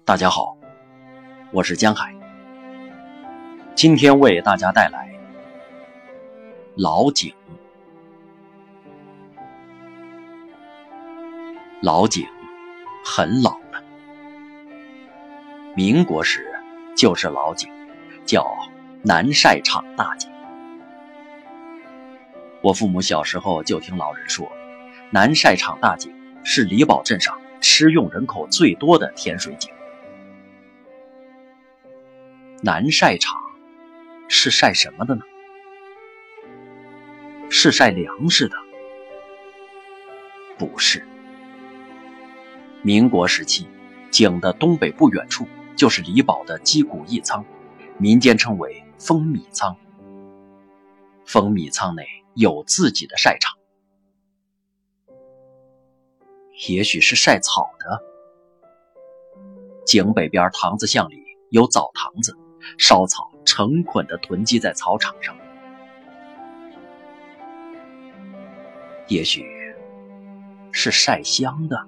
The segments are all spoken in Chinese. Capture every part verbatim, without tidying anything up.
大家好，我是江海，今天为大家带来老井。老井很老了，民国时就是老井，叫南晒场大井。我父母小时候就听老人说，南晒场大井是李堡镇上吃用人口最多的甜水井。南晒场是晒什么的呢？是晒粮食的？不是。民国时期，井的东北不远处就是李堡的击鼓驿仓，民间称为风米仓。风米仓内有自己的晒场，也许是晒草的。井北边塘子巷里有澡堂子，烧草成捆地囤积在草场上。也许是晒香的。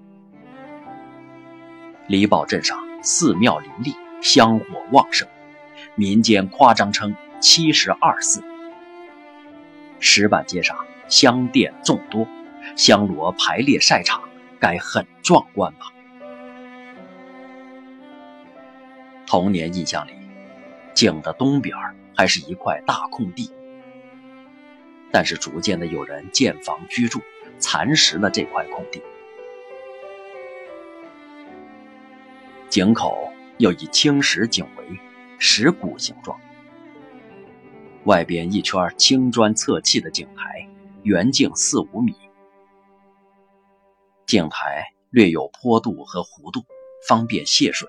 李堡镇上寺庙林立，香火旺盛，民间夸张称七十二寺。石板街上香店众多，香罗排列晒场，该很壮观吧。童年印象里，井的东边还是一块大空地，但是逐渐的有人建房居住，蚕食了这块空地。井口有以青石井围，石鼓形状，外边一圈青砖侧砌的井台，圆径四五米。井台略有坡度和弧度，方便泄水。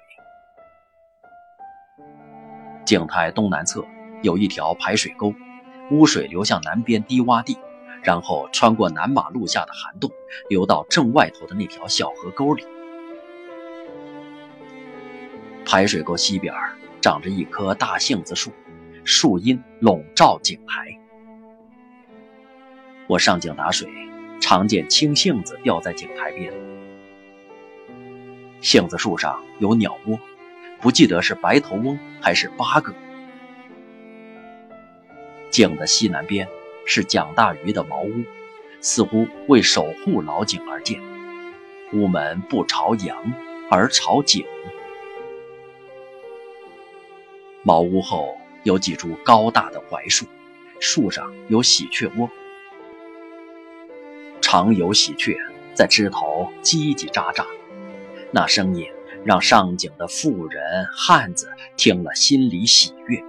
井台东南侧有一条排水沟，污水流向南边低洼地，然后穿过南马路下的涵洞，流到正外头的那条小河沟里。排水沟西边长着一棵大杏子树，树荫笼罩井台。我上井打水，常见青杏子掉在井台边。杏子树上有鸟窝，不记得是白头翁还是八哥。井的西南边是蒋大鱼的茅屋，似乎为守护老井而建，屋门不朝阳而朝井。茅屋后有几株高大的槐树，树上有喜鹊窝，常有喜鹊在枝头叽叽喳喳，那声音让上井的妇人汉子听了心里喜悦。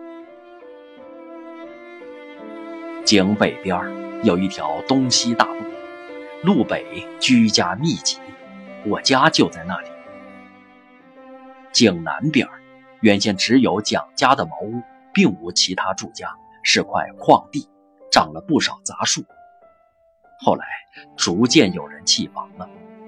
井北边有一条东西大路，路北居家密集，我家就在那里。井南边原先只有蒋家的茅屋，并无其他住家，是块旷地，长了不少杂树。后来逐渐有人弃房了。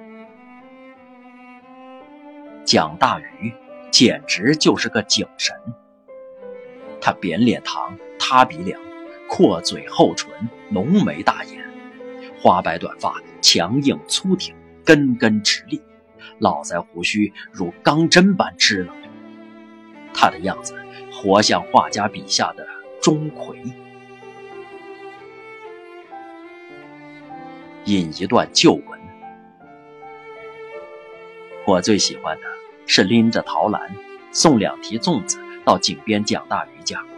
蒋大鱼简直就是个井神，他扁脸膛，塌鼻梁，阔嘴厚唇，浓眉大眼，花白短发，强硬粗挺，根根直立，络腮胡须如钢针般支棱。他的样子活像画家笔下的钟馗。引一段旧文，我最喜欢的是拎着陶篮，送两提粽子到井边蒋大鱼家。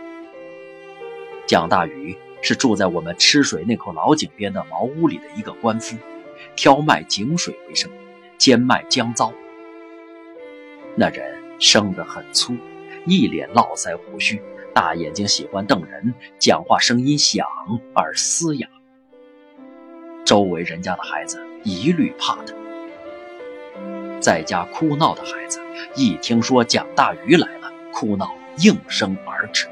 蒋大鱼是住在我们吃水那口老井边的茅屋里的一个官夫，挑卖井水为生，兼卖姜糟。那人生得很粗，一脸络腮胡须，大眼睛喜欢瞪人，讲话声音响而嘶哑。周围人家的孩子一律怕他。在家哭闹的孩子一听说蒋大鱼来了，哭闹应声而止。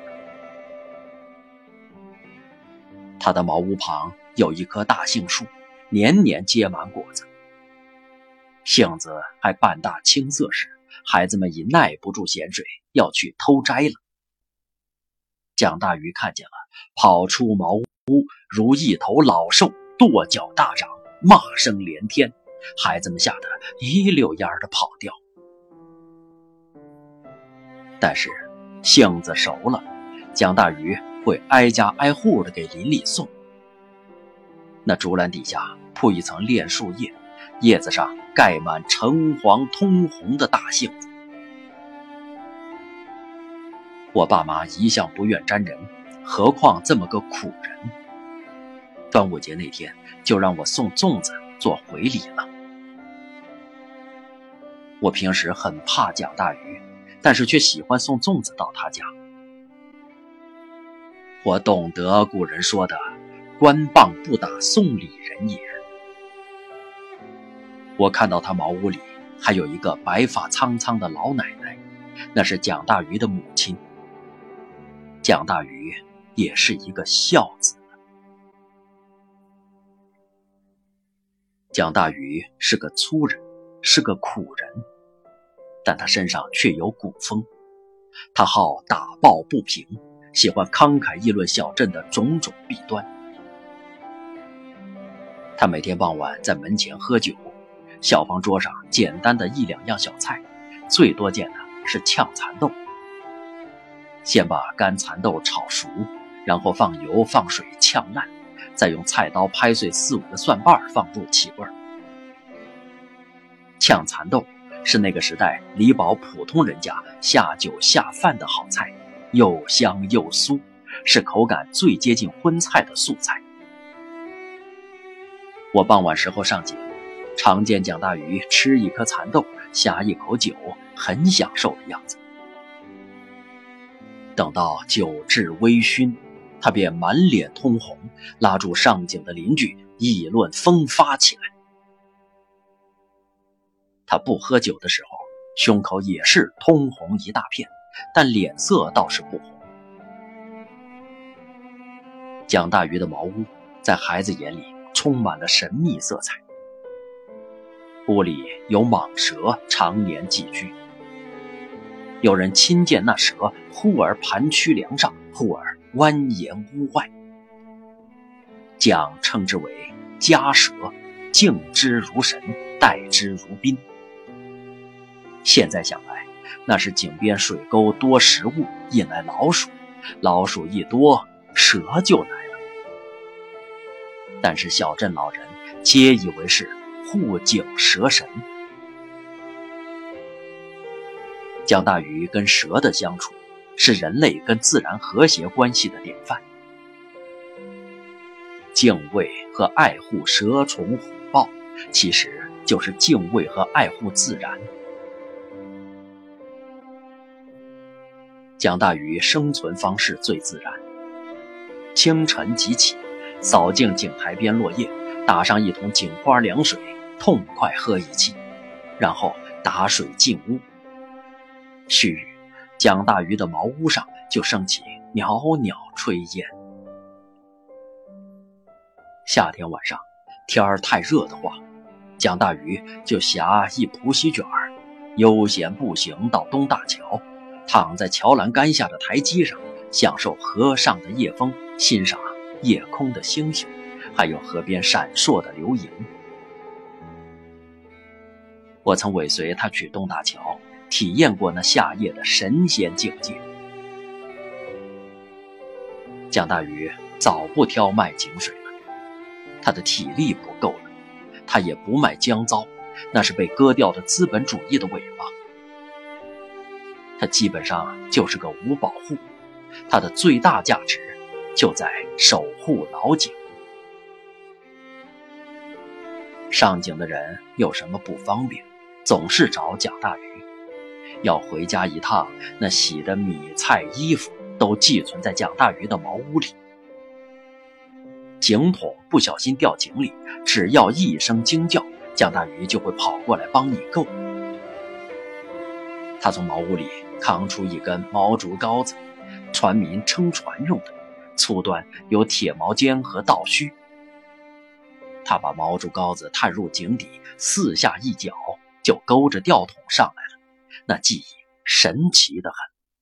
他的茅屋旁有一棵大杏树，年年结满果子。杏子还半大青色时，孩子们已耐不住咸水，要去偷摘了。蒋大鱼看见了，跑出茅屋，如一头老兽，跺脚大嚷，骂声连天，孩子们吓得一溜烟儿的跑掉。 但是杏子熟了，蒋大鱼会挨家挨户的给邻里送。那竹篮底下铺一层炼树叶，叶子上盖满橙黄通红的大杏子。我爸妈一向不愿沾人，何况这么个苦人。端午节那天就让我送粽子做回礼了。我平时很怕蒋大鱼，但是却喜欢送粽子到他家。我懂得古人说的官棒不打送礼人也。我看到他茅屋里还有一个白发苍苍的老奶奶，那是蒋大鱼的母亲。蒋大鱼也是一个孝子。蒋大鱼是个粗人，是个苦人，但他身上却有古风。他好打抱不平，喜欢慷慨议论小镇的种种弊端。他每天傍晚在门前喝酒，小房桌上简单的一两样小菜，最多见的是炝蚕豆。先把干蚕豆炒熟，然后放油放水炝烂，再用菜刀拍碎四五个蒜瓣放入起味。炝蚕豆是那个时代李堡普通人家下酒下饭的好菜，又香又酥，是口感最接近荤菜的素菜。我傍晚时候上井，常见蒋大鱼吃一颗蚕豆，下一口酒，很享受的样子。等到酒至微醺，他便满脸通红，拉住上井的邻居议论风发起来。他不喝酒的时候，胸口也是通红一大片，但脸色倒是不红。蒋大鱼的茅屋在孩子眼里充满了神秘色彩。屋里有蟒蛇常年寄居，有人亲见那蛇忽而盘曲梁上，忽而蜿蜒屋外。蒋称之为家蛇，敬之如神，待之如宾。现在想来，那是井边水沟多食物，引来老鼠，老鼠一多，蛇就来了。但是小镇老人皆以为是护井蛇神。蒋大鱼跟蛇的相处，是人类跟自然和谐关系的典范。敬畏和爱护蛇虫虎豹，其实就是敬畏和爱护自然。蒋大鱼生存方式最自然，清晨即起，扫净井台边落叶，打上一桶井花凉水，痛快喝一气，然后打水进屋。旭日，蒋大鱼的茅屋上就升起袅袅炊烟。夏天晚上，天儿太热的话，蒋大鱼就夹一蒲席卷儿，悠闲步行到东大桥，躺在桥栏杆下的台基上，享受河上的夜风，欣赏夜空的星星，还有河边闪烁的流萤。我曾尾随他去东大桥，体验过那夏夜的神仙境界。蒋大鱼早不挑卖井水了，他的体力不够了，他也不卖姜糟，那是被割掉的资本主义的尾巴。他基本上就是个五保户，他的最大价值就在守护老井。上井的人有什么不方便，总是找蒋大鱼。要回家一趟，那洗的米菜衣服都寄存在蒋大鱼的茅屋里。井筒不小心掉井里，只要一声惊叫，蒋大鱼就会跑过来帮你够。他从茅屋里扛出一根毛竹篙子，船民撑船用的，粗端有铁毛尖和倒须。他把毛竹篙子探入井底，四下一搅，就勾着吊桶上来了，那技艺神奇得很。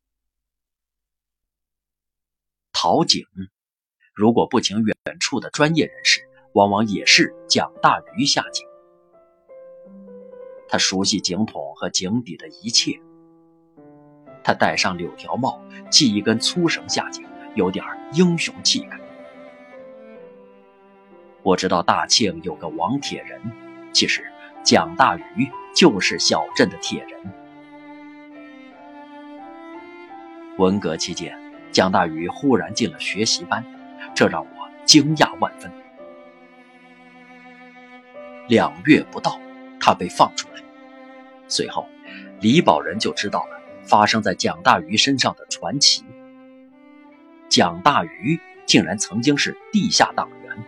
淘井，如果不请远处的专业人士，往往也是蒋大鱼下井。他熟悉井筒和井底的一切。 他戴上柳条帽，系一根粗绳下颈，有点英雄气概。我知道大庆有个王铁人，其实蒋大鱼就是小镇的铁人。文革期间，蒋大鱼忽然进了学习班，这让我惊讶万分。两月不到，他被放出来。随后，李宝仁就知道了发生在蒋大鱼身上的传奇。蒋大鱼竟然曾经是地下党员。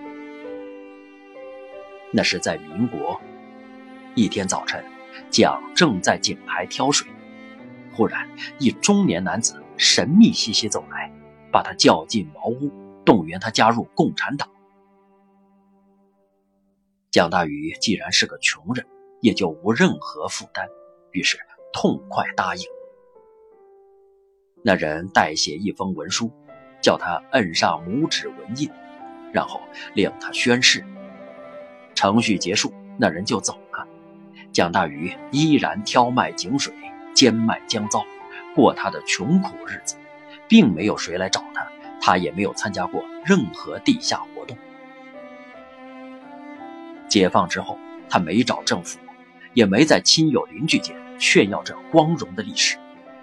那是在民国一天早晨，蒋正在井台挑水，忽然一中年男子神秘兮兮走来，把他叫进茅屋，动员他加入共产党。蒋大鱼既然是个穷人，也就无任何负担，于是痛快答应。那人代写一封文书，叫他摁上拇指纹印，然后令他宣誓。程序结束，那人就走了。蒋大鱼依然挑麦井水，兼卖姜糟，过他的穷苦日子，并没有谁来找他，他也没有参加过任何地下活动。解放之后，他没找政府，也没在亲友邻居间炫耀着光荣的历史。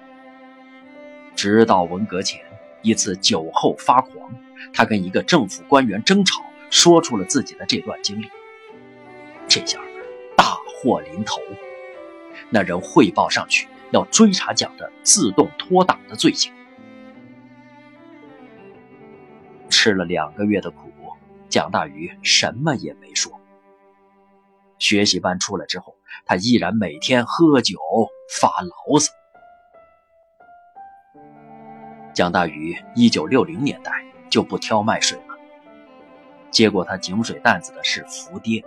直到文革前一次酒后发狂，他跟一个政府官员争吵，说出了自己的这段经历。这下大祸临头，那人汇报上去，要追查蒋的自动脱党的罪行。吃了两个月的苦，蒋大鱼什么也没说。学习班出来之后，他依然每天喝酒发牢骚。蒋大鱼一九六零年代就不挑麦水了，接过他井水担子的是福爹。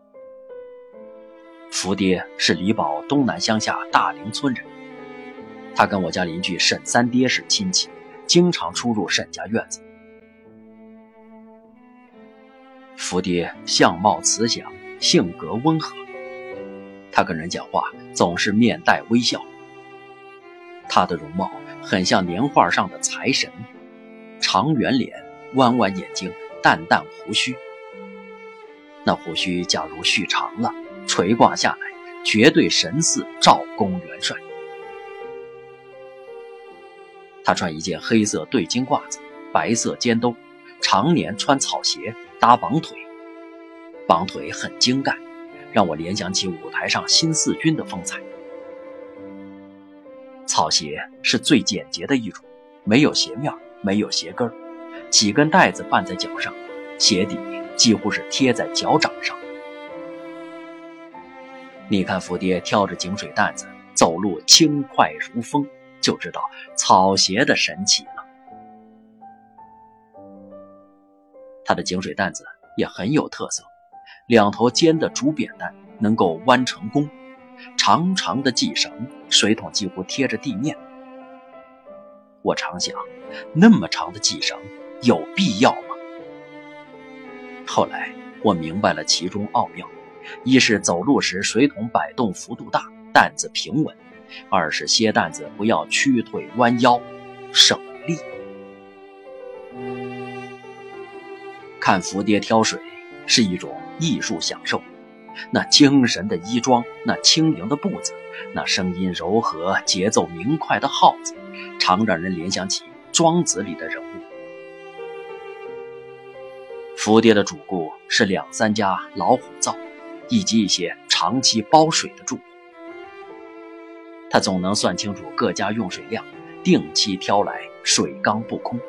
福爹是李堡东南乡下大陵村人，他跟我家邻居沈三爹是亲戚，经常出入沈家院子。福爹相貌慈祥，性格温和，他跟人讲话总是面带微笑。他的容貌很像年画上的财神，长圆脸，弯弯眼睛，淡淡胡须。那胡须假如续长了，垂挂下来，绝对神似赵公元帅。他穿一件黑色对襟褂子，白色肩兜，常年穿草鞋搭绑腿，绑腿很精干，让我联想起舞台上新四军的风采。草鞋是最简洁的一种，没有鞋面，没有鞋跟，几根带子绊在脚上，鞋底几乎是贴在脚掌上。你看福爹挑着井水担子走路轻快如风，就知道草鞋的神奇了。他的井水担子也很有特色，两头尖的竹扁担能够弯成弓，长长的系绳，水桶几乎贴着地面。我常想，那么长的系绳有必要吗？后来我明白了其中奥妙，一是走路时水桶摆动幅度大，担子平稳；二是歇担子不要屈腿弯腰，省力。看福爹挑水是一种艺术享受，那精神的衣装，那轻盈的步子，那声音柔和节奏明快的号子，常让人联想起庄子里的人物。福爹的主顾是两三家老虎灶，以及一些长期包水的住户。他总能算清楚各家用水量，定期挑来，水缸不空。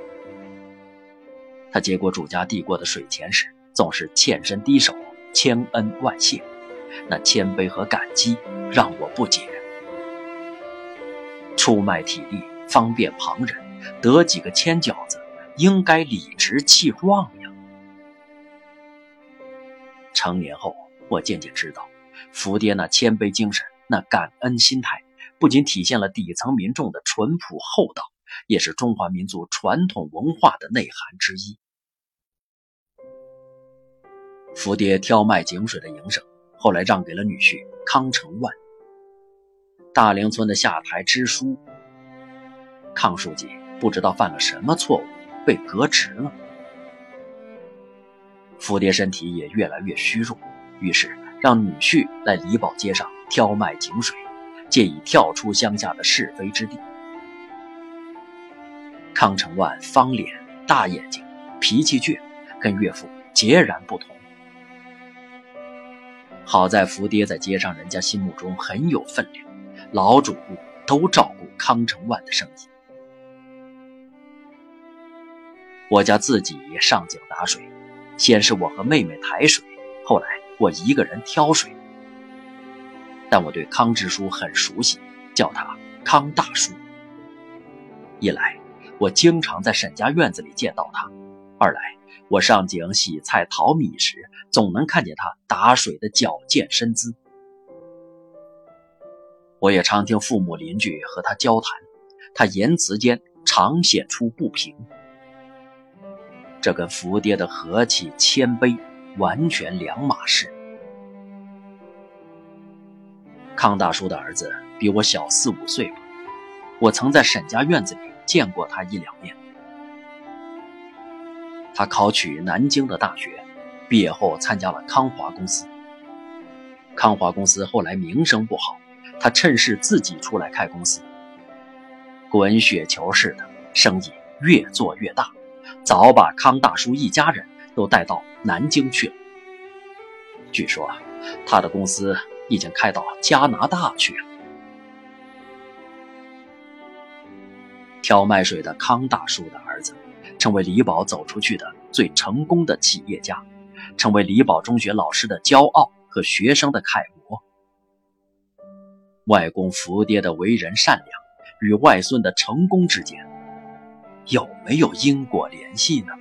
他接过主家递过的水钱时，总是欠身低手，千恩万谢，那谦卑和感激让我不解。出卖体力，方便旁人，得几个千饺子，应该理直气壮呀。成年后，我渐渐知道，福爹那谦卑精神，那感恩心态，不仅体现了底层民众的淳朴厚道，也是中华民族传统文化的内涵之一。福爹挑麦井水的营生，后来让给了女婿康成万。大陵村的下台支书康书记不知道犯了什么错误，被革职了。福爹身体也越来越虚弱，于是让女婿来李堡街上挑卖井水，借以跳出乡下的是非之地。康成万方脸大眼睛，脾气倔，跟岳父截然不同。好在福爹在街上人家心目中很有分量，老主顾都照顾康成万的生意。我家自己上井打水，先是我和妹妹抬水，后来我一个人挑水。但我对康支书很熟悉，叫他康大叔。一来我经常在沈家院子里见到他，二来我上井洗菜淘米时总能看见他打水的矫健身姿。我也常听父母邻居和他交谈，他言辞间常显出不平。这跟福爹的和气谦卑完全两码事。康大叔的儿子比我小四五岁吧，我曾在沈家院子里见过他一两面。他考取南京的大学，毕业后参加了康华公司。康华公司后来名声不好，他趁势自己出来开公司，滚雪球似的，生意越做越大，早把康大叔一家人都带到南京去了。据说他的公司已经开到加拿大去了。挑卖水的康大叔的儿子成为李堡走出去的最成功的企业家，成为李堡中学老师的骄傲和学生的楷模。外公福爹的为人善良与外孙的成功之间有没有因果联系呢？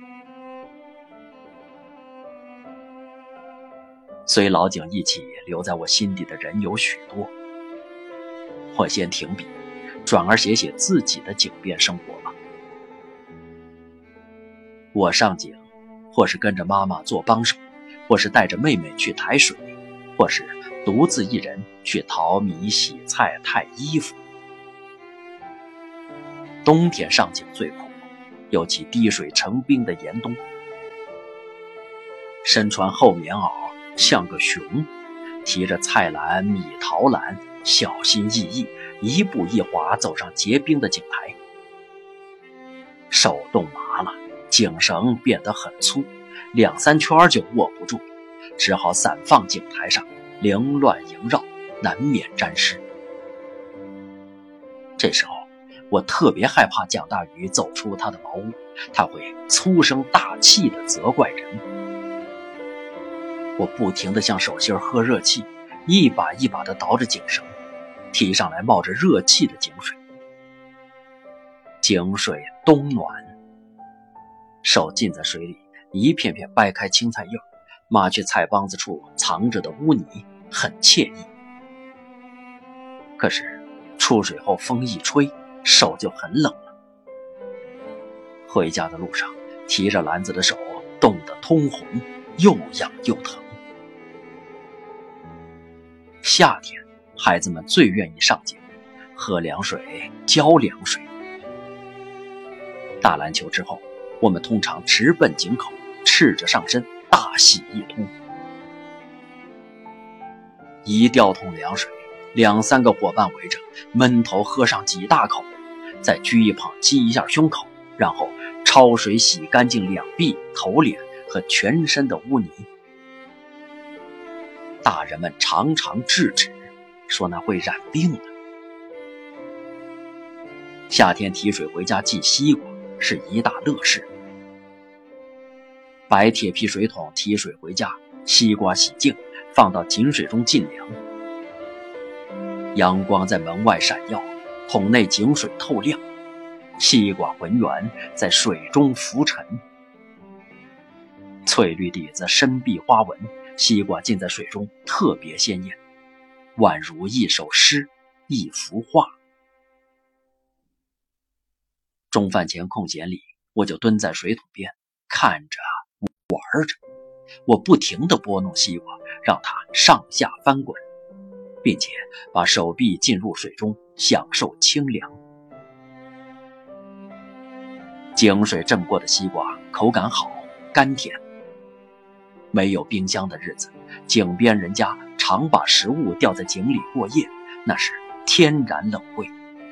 随老井一起留在我心底的人有许多，我先停笔，转而写写自己的井边生活吧。我上井，或是跟着妈妈做帮手，或是带着妹妹去抬水，或是独自一人去淘米、洗菜、太衣服。冬天上井最苦，尤其滴水成冰的严冬。身穿厚棉袄，像个熊，提着菜篮、米桃篮，小心翼翼，一步一滑走上结冰的井台。手冻麻了，井绳变得很粗，两三圈就握不住，只好散放井台上，凌乱萦绕，难免沾湿。这时候我特别害怕蒋大鱼走出他的茅屋，他会粗声大气地责怪人。我不停地向手心喝热气，一把一把地倒着井绳，提上来冒着热气的井水。井水冬暖，手浸在水里，一片片掰开青菜叶，抹去菜帮子处藏着的污泥，很惬意。可是出水后风一吹，手就很冷了。回家的路上，提着篮子的手冻得通红，又痒又疼。夏天孩子们最愿意上井，喝凉水，浇凉水。打篮球之后，我们通常直奔井口，赤着上身，大洗一通。一吊桶凉水，两三个伙伴围着，闷头喝上几大口，再掬一捧击一下胸口，然后焯水洗干净两臂、头脸和全身的污泥。大人们常常制止，说那会染病的。夏天提水回家寄西瓜是一大乐事。白铁皮水桶提水回家，西瓜洗净，放到井水中浸凉。阳光在门外闪耀，桶内井水透亮，西瓜浑圆在水中浮沉。翠绿底子深碧花纹，西瓜浸在水中特别鲜艳，宛如一首诗，一幅画。中饭前空闲里，我就蹲在水桶边，看着玩着。我不停地拨弄西瓜，让它上下翻滚，并且把手臂浸入水中，享受清凉。 井水浸过的西瓜口感好，甘甜。没有冰箱的日子，井边人家常把食物吊在井里过夜，那是天然冷柜。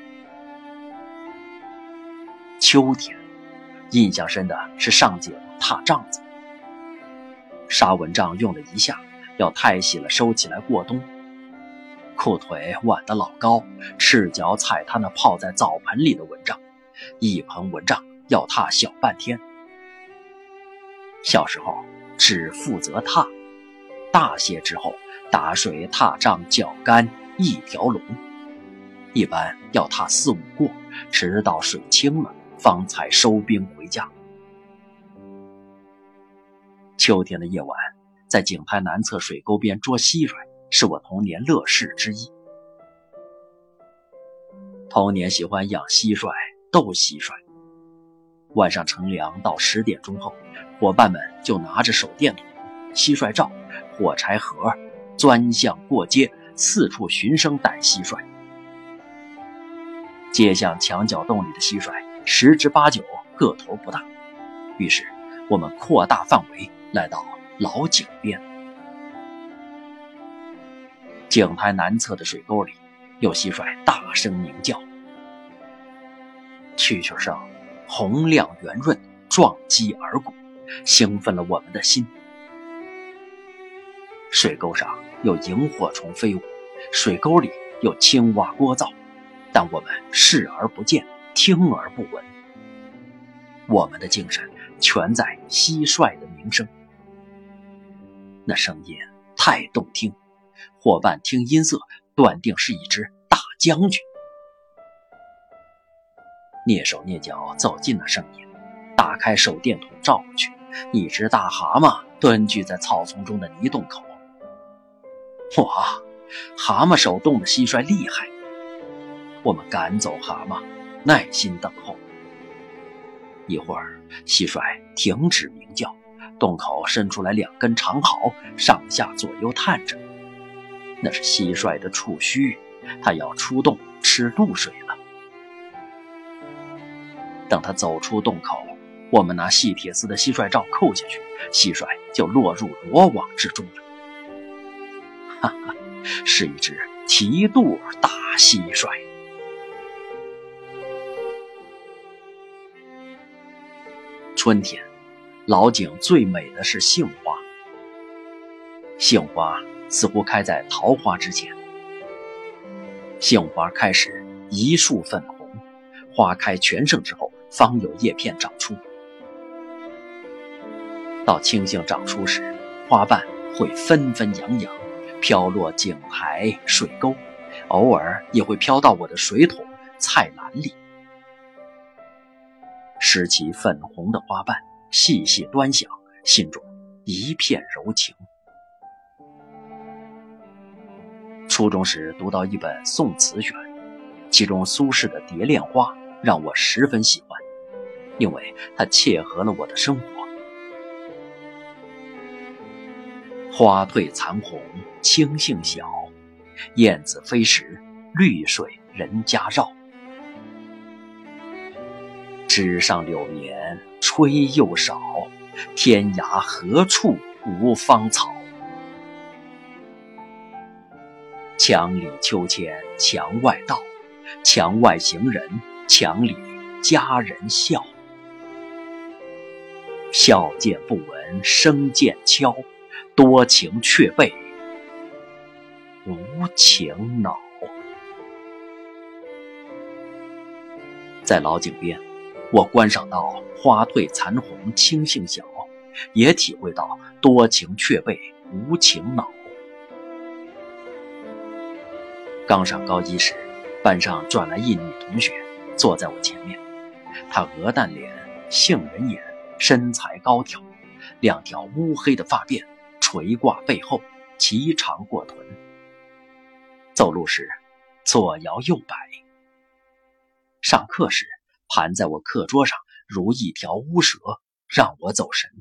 秋天，印象深的是上井踏帐子。沙蚊帐用了一下，要太洗了收起来过冬。裤腿挽得老高，赤脚踩他那泡在澡盆里的蚊帐，一盆蚊帐要踏小半天。小时候只负责踏，大些之后打水踏帐脚干一条龙，一般要踏四五过，直到水清了方才收兵回家。秋天的夜晚，在井台南侧水沟边捉蟋蟀，是我童年乐事之一。童年喜欢养蟋蟀、斗蟋蟀。晚上乘凉到十点钟后，伙伴们就拿着手电筒、蟋蟀罩、火柴盒，钻巷过街，四处寻声逮蟋蟀。街巷墙角洞里的蟋蟀十之八九个头不大，于是我们扩大范围，来到老井边。井台南侧的水沟里，有蟋蟀大声鸣叫，蛐蛐声洪亮圆润，撞击耳骨，兴奋了我们的心。水沟上有萤火虫飞舞，水沟里有青蛙聒噪，但我们视而不见，听而不闻。我们的精神全在蟋蟀的鸣声，那声音太动听，伙伴听音色断定是一只大将军。蹑手蹑脚走进那声音，打开手电筒照过去，一只大蛤蟆蹲踞在草丛中的泥洞口。哇，蛤蟆手动的蟋蟀厉害！我们赶走蛤蟆，耐心等候。一会儿，蟋蟀停止鸣叫，洞口伸出来两根长毫，上下左右探着。那是蟋蟀的触须，它要出洞吃露水了。等它走出洞口，我们拿细铁丝的蟋蟀罩扣下去，蟋蟀就落入罗网之中了。哈哈，是一只提肚大蟋蟀。春天，老井最美的是杏花。杏花似乎开在桃花之前。杏花开时一束粉红，花开全盛之后方有叶片长出。到青杏长出时，花瓣会纷纷扬扬，飘落井台水沟，偶尔也会飘到我的水桶菜篮里。拾起粉红的花瓣，细细端详，心中一片柔情。初中时读到一本宋词选，其中苏轼的《蝶恋花》让我十分喜欢，因为它切合了我的生活。花褪残红青杏小，燕子飞时绿水人家绕。枝上柳绵吹又少，天涯何处无芳草。墙里秋千墙外道，墙外行人墙里佳人笑。笑渐不闻声渐悄，多情却被无情恼。在老井边，我观赏到花褪残红青杏小，也体会到多情却被无情恼。刚上高一时，班上转来一女同学，坐在我前面。她鹅蛋脸，杏仁眼，身材高挑，两条乌黑的发辫垂挂背后，齐长过臀。走路时左摇右摆，上课时盘在我课桌上如一条乌蛇，让我走神。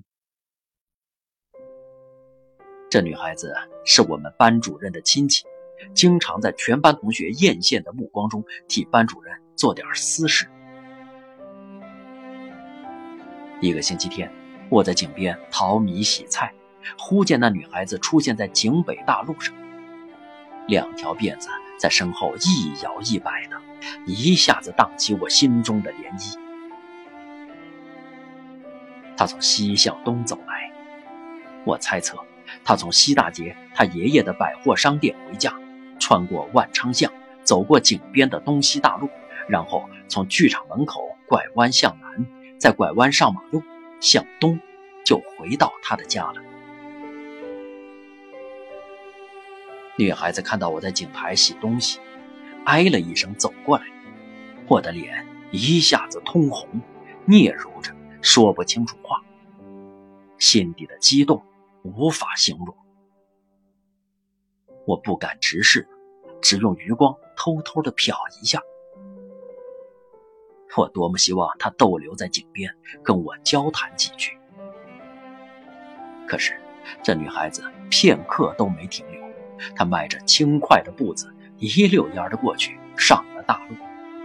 这女孩子是我们班主任的亲戚，经常在全班同学艳羡的目光中替班主任做点私事。 一个星期天，我在井边淘米洗菜，忽见那女孩子出现在井北大路上，两条辫子在身后一摇一摆的，一下子荡起我心中的涟漪。她从西向东走来，我猜测她从西大街她爷爷的百货商店回家，穿过万昌巷，走过井边的东西大路，然后从剧场门口拐弯向南，再拐弯上马路向东，就回到她的家了。女孩子看到我在井台洗东西，哎了一声走过来，我的脸一下子通红，嗫嚅着说不清楚话，心底的激动无法形容。我不敢直视，只用余光偷偷地瞟一下。我多么希望她逗留在井边跟我交谈几句，可是这女孩子片刻都没停留，她迈着轻快的步子一溜烟的过去，上了大路。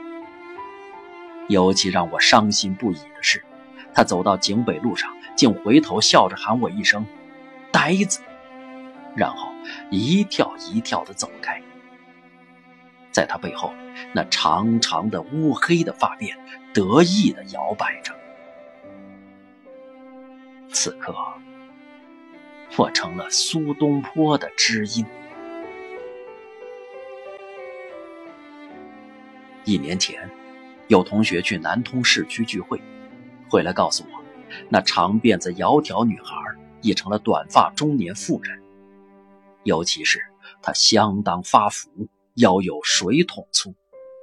尤其让我伤心不已的是，她走到井北路上，竟回头笑着喊我一声呆子，然后一跳一跳地走开。在她背后，那长长的乌黑的发辫得意地摇摆着。此刻我成了苏东坡的知音。一年前，有同学去南通市区聚会，回来告诉我，那长辫子窈窕女孩已成了短发中年妇人，尤其是她相当发福，腰有水桶粗。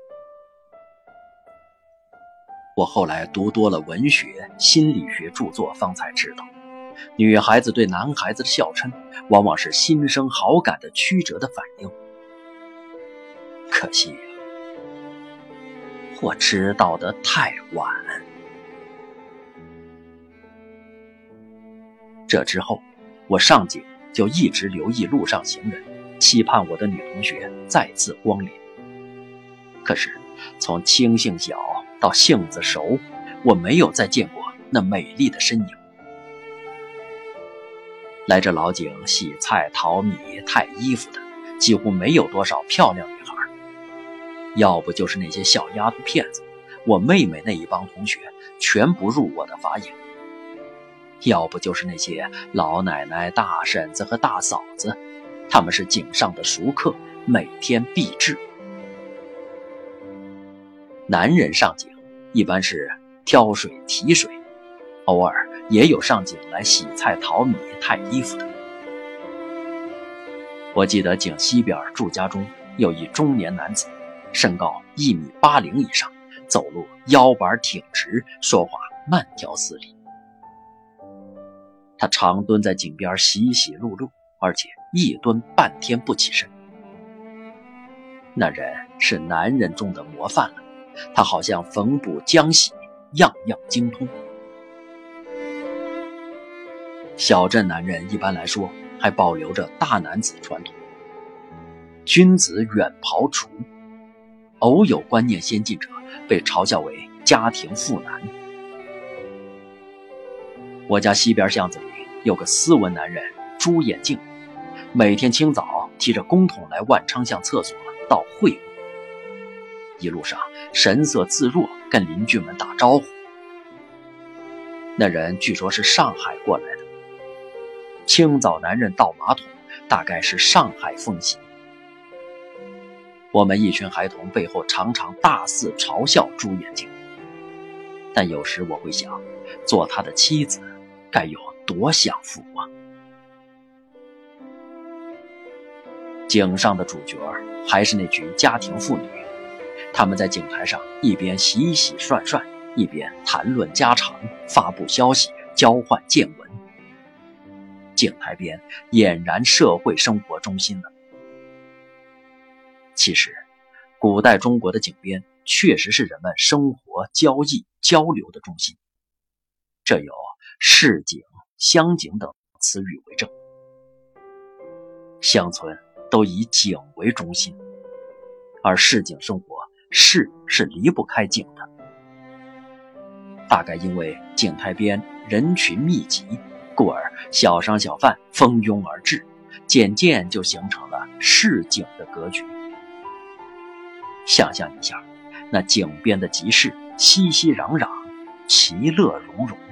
我后来读多了文学、心理学著作，方才知道，女孩子对男孩子的笑嗔，往往是心生好感的曲折的反应。可惜我知道的太晚。这之后，我上井就一直留意路上行人，期盼我的女同学再次光临。可是从青杏小到杏子熟，我没有再见过那美丽的身影。来这老井洗菜、淘米、太衣服的，几乎没有多少漂亮女孩，要不就是那些小丫头片子，我妹妹那一帮同学全不入我的法眼，要不就是那些老奶奶、大婶子和大嫂子，他们是井上的熟客，每天必至。男人上井一般是挑水提水，偶尔也有上井来洗菜、淘米、太衣服的。我记得井西边住家中有一中年男子，身高一米八零以上，走路腰板挺直，说话慢条斯理。他常蹲在井边洗洗碌碌，而且一蹲半天不起身。那人是男人中的模范了，他好像缝补浆洗，样样精通。小镇男人一般来说还保留着大男子传统，君子远庖厨，偶有观念先进者被嘲笑为家庭妇男。我家西边巷子里有个斯文男人朱眼镜，每天清早提着公桶来万昌巷厕所倒会务，一路上神色自若，跟邻居们打招呼。那人据说是上海过来的，清早男人倒马桶大概是上海风习。我们一群孩童背后常常大肆嘲笑朱眼镜，但有时我会想，做他的妻子该有多享福啊。井上的主角还是那群家庭妇女，他们在井台上一边洗洗涮涮，一边谈论家常，发布消息，交换见闻。井台边俨然社会生活中心了。其实古代中国的井边确实是人们生活、交易、交流的中心，这有市井、乡井等词语为证。乡村都以井为中心，而市井生活，市是离不开井的。 大概因为井台边人群密集，故而小商小贩蜂拥而至，渐渐就形成了市井的格局。想象一下，那井边的集市熙熙攘攘，其乐融融。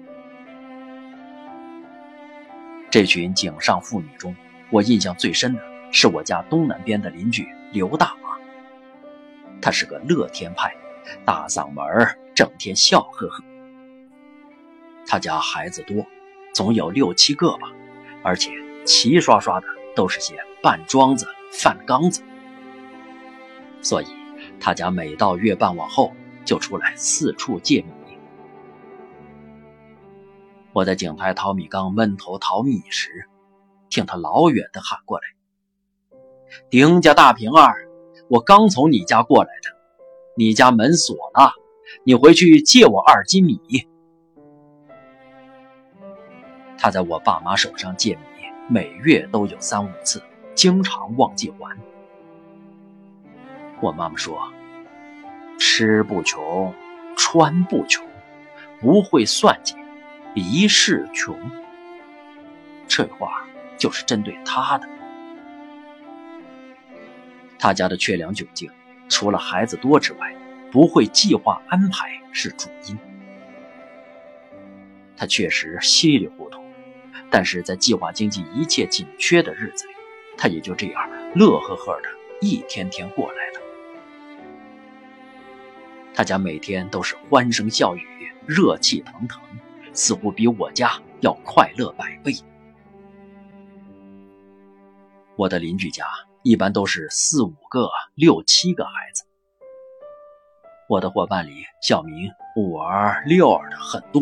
这群井上妇女中，我印象最深的是我家东南边的邻居刘大妈。她是个乐天派，大嗓门，整天笑呵呵。她家孩子多，总有六七个吧，而且齐刷刷的都是些半庄子、饭缸子。所以他家每到月半往后就出来四处借米。我在井台淘米缸闷头淘米时，听他老远的喊过来：丁家大平儿，我刚从你家过来的，你家门锁了，你回去借我二斤米。他在我爸妈手上借米，每月都有三五次，经常忘记还。我妈妈说，吃不穷，穿不穷，不会算计，一世穷。这话就是针对他的。他家的缺粮窘境，除了孩子多之外，不会计划安排是主因。他确实稀里糊涂，但是在计划经济一切紧缺的日子里，他也就这样乐呵呵的一天天过来了。他家每天都是欢声笑语，热气腾腾，似乎比我家要快乐百倍。我的邻居家一般都是四五个、六七个孩子。我的伙伴里小名五儿、六儿的很多。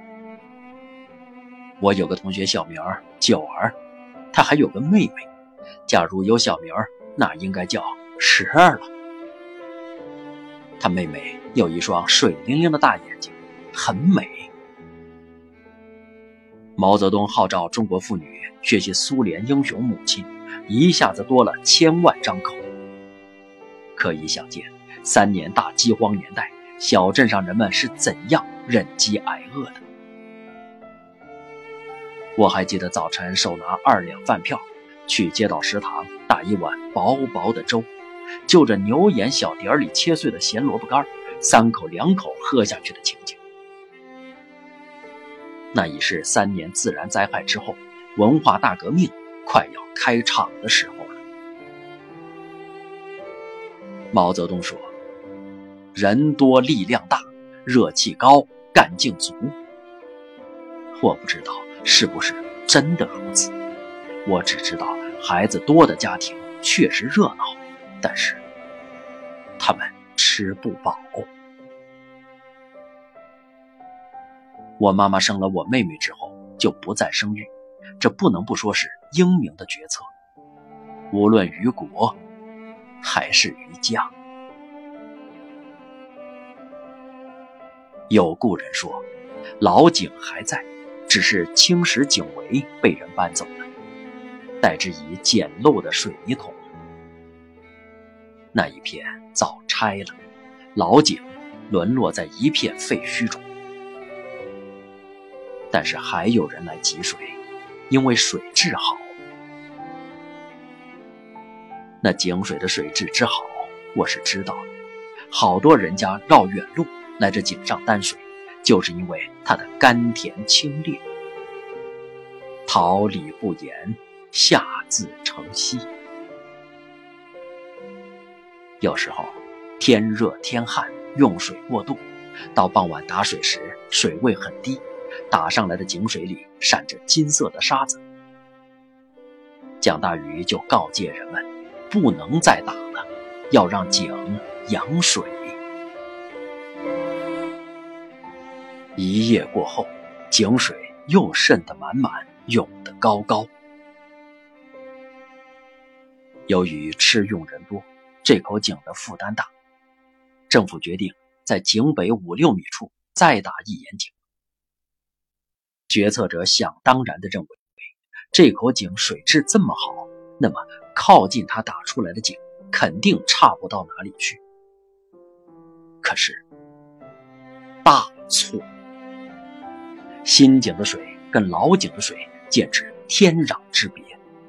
我有个同学小名九儿，他还有个妹妹，假如有小名，那应该叫十儿了。他妹妹有一双水灵灵的大眼睛，很美。毛泽东号召中国妇女学习苏联英雄母亲，一下子多了千万张口。可以想见，三年大饥荒年代，小镇上人们是怎样忍饥挨饿的。我还记得早晨手拿二两饭票，去街道食堂打一碗薄薄的粥，就着牛眼小碟里切碎的咸萝卜干，三口两口喝下去的情景。那已是三年自然灾害之后，文化大革命快要开场的时候了。毛泽东说，人多力量大，热气高，干劲足。我不知道是不是真的如此，我只知道孩子多的家庭确实热闹，但是他们吃不饱。我妈妈生了我妹妹之后就不再生育，这不能不说是英明的决策，无论于国还是于家。有故人说，老井还在，只是青石井围被人搬走了，代之以简陋的水泥桶。那一片早拆了，老井沦落在一片废墟中。但是还有人来汲水，因为水质好。那井水的水质之好，我是知道的。好多人家绕远路来这井上担水，就是因为它的甘甜清冽。桃李不言，下自成蹊。有时候天热天旱，用水过度，到傍晚打水时，水位很低，打上来的井水里闪着金色的沙子。蒋大禹就告诫人们，不能再打了，要让井养水。一夜过后，井水又渗得满满，涌得高高。由于吃用人多，这口井的负担大，政府决定在井北五六米处再打一眼井。决策者想当然地认为，这口井水质这么好，那么靠近它打出来的井肯定差不到哪里去。可是大错。新井的水跟老井的水简直天壤之别。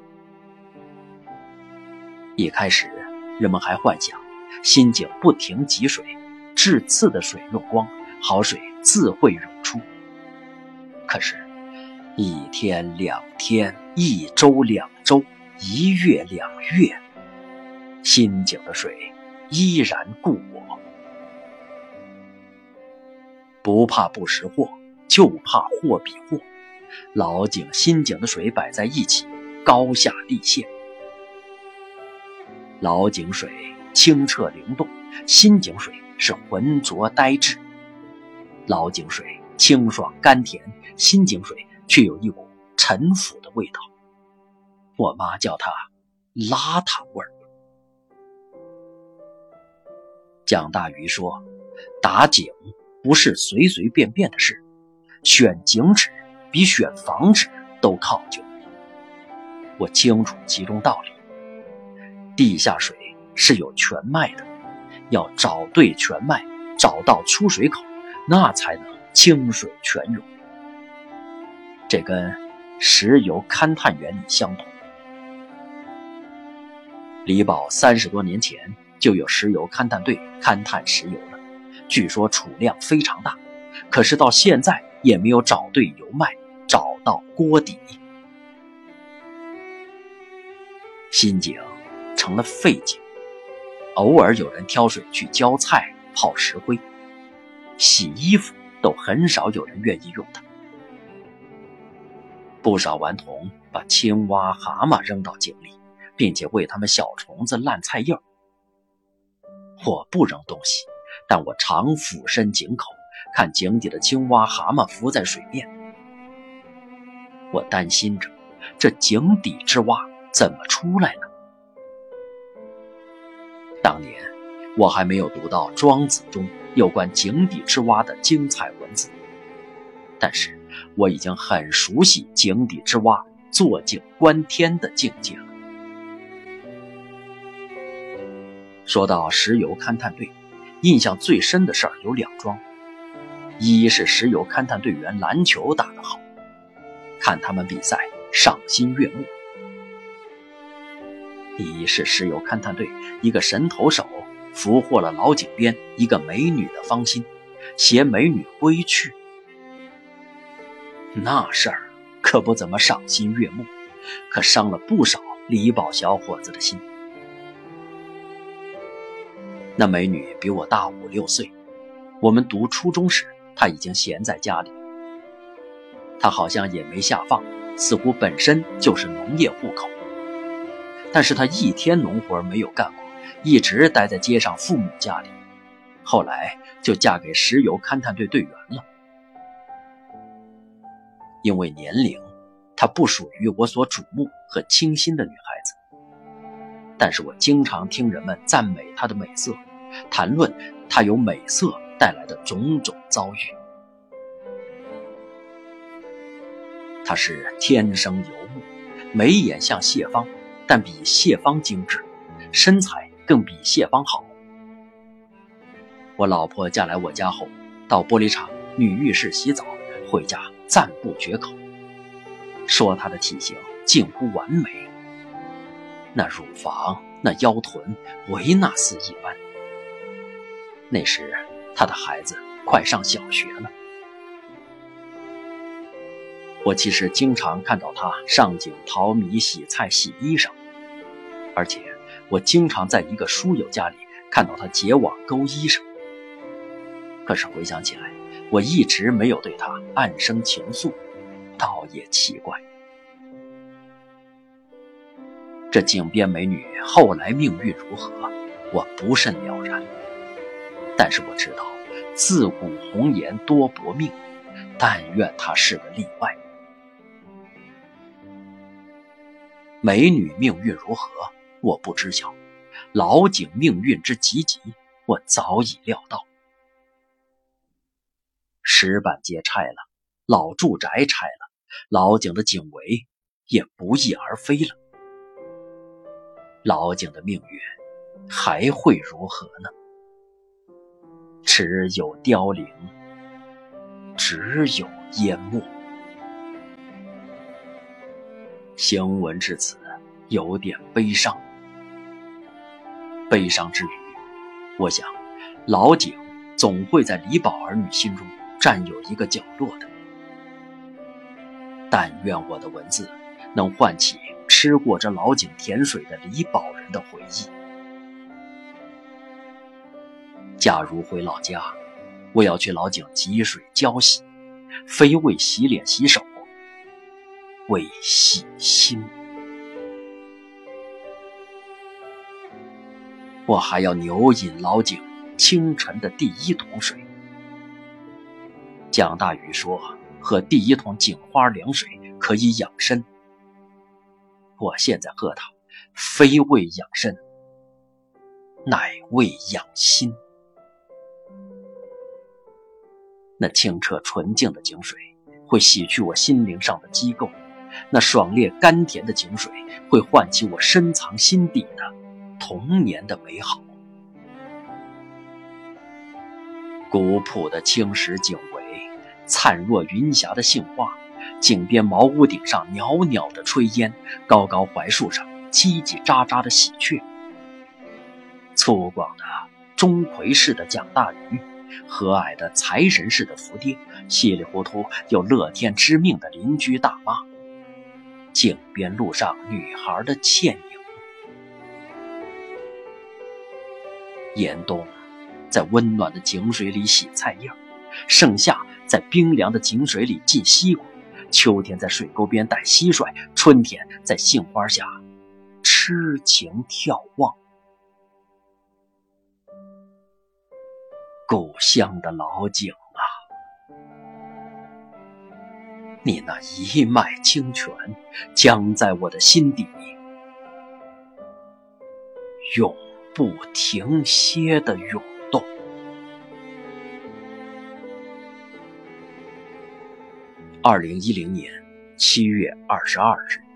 一开始人们还幻想新井不停汲水，至次的水用光，好水自会涌出。可是一天两天，一周两周，一月两月，新井的水依然故我。不怕不识货，就怕货比货。老井新井的水摆在一起，高下立现。老井水清澈灵动，新井水是浑浊呆滞。老井水清爽甘甜，新井水却有一股陈腐的味道。我妈叫它邋遢味儿。蒋大鱼说，打井不是随随便便的事，选井址比选房址都考究。我清楚其中道理。地下水是有泉脉的，要找对泉脉，找到出水口，那才能清水泉涌。这跟石油勘探原理相同。李堡三十多年前就有石油勘探队勘探石油了，据说储量非常大，可是到现在也没有找对油脉，找到锅底。新井成了废井，偶尔有人挑水去浇菜、泡石灰，洗衣服都很少有人愿意用它。不少顽童把青蛙、蛤蟆扔到井里，并且喂它们小虫子、烂菜叶。我不扔东西，但我常俯身井口，看井底的青蛙、蛤蟆浮在水面。我担心着，这井底之蛙怎么出来呢？当年我还没有读到《庄子》中有关井底之蛙的精彩文字，但是我已经很熟悉井底之蛙坐井观天的境界了。说到石油勘探队，印象最深的事儿有两桩。一是石油勘探队员篮球打得好，看他们比赛赏心悦目。一是石油勘探队一个神投手俘获了老井边一个美女的芳心，携美女归去。那事儿可不怎么赏心悦目，可伤了不少李堡小伙子的心。那美女比我大五六岁，我们读初中时她已经闲在家里。她好像也没下放，似乎本身就是农业户口。但是她一天农活没有干过，一直待在街上父母家里，后来就嫁给石油勘探队队员了。因为年龄，她不属于我所瞩目和倾心的女孩子，但是我经常听人们赞美她的美色，谈论她由美色带来的种种遭遇。她是天生尤物，眉眼像谢芳，但比谢芳精致，身材更比谢芳好。我老婆嫁来我家后，到玻璃厂女浴室洗澡，回家赞不绝口，说她的体型近乎完美，那乳房，那腰臀，维纳斯一般。那时她的孩子快上小学了。我其实经常看到她上井淘米、洗菜、洗衣裳，而且我经常在一个书友家里看到她结网勾衣裳。可是回想起来，我一直没有对她暗生情愫，倒也奇怪。这井边美女后来命运如何，我不甚了然。但是我知道，自古红颜多薄命，但愿她是个例外。美女命运如何，我不知晓；老井命运之急急，我早已料到。石板街拆了，老住宅拆了，老井的井围也不翼而飞了。老井的命运还会如何呢？只有凋零。 只有淹没。行文至此，有点悲伤。悲伤之余，我想，老井总会在李宝儿女心中占有一个角落的。但愿我的文字能唤起吃过这老井甜水的李宝人的回忆。假如回老家，我要去老井汲水浇洗，非为洗脸洗手，为洗心。我还要牛饮老井清晨的第一桶水。蒋大禹说，喝第一桶井花凉水可以养身。我现在喝它，非为养身，乃为养心。那清澈纯净的井水会洗去我心灵上的机构，那爽冽甘甜的井水会唤起我深藏心底的童年的美好。古朴的青石井围，灿若云霞的杏花，井边茅屋顶上袅袅的炊烟，高高槐树上叽叽喳喳的喜鹊，粗犷的钟馗式的蒋大禹，和蔼的财神式的福爹，稀里糊涂又乐天知命的邻居大妈，井边路上女孩的倩影。严冬在温暖的井水里洗菜叶，盛夏在冰凉的井水里浸西瓜，秋天在水沟边逮蟋蟀，春天在杏花下痴情眺望。故乡的老井啊，你那一脉清泉将在我的心底永不停歇地涌动。二零一零年七月二十二日。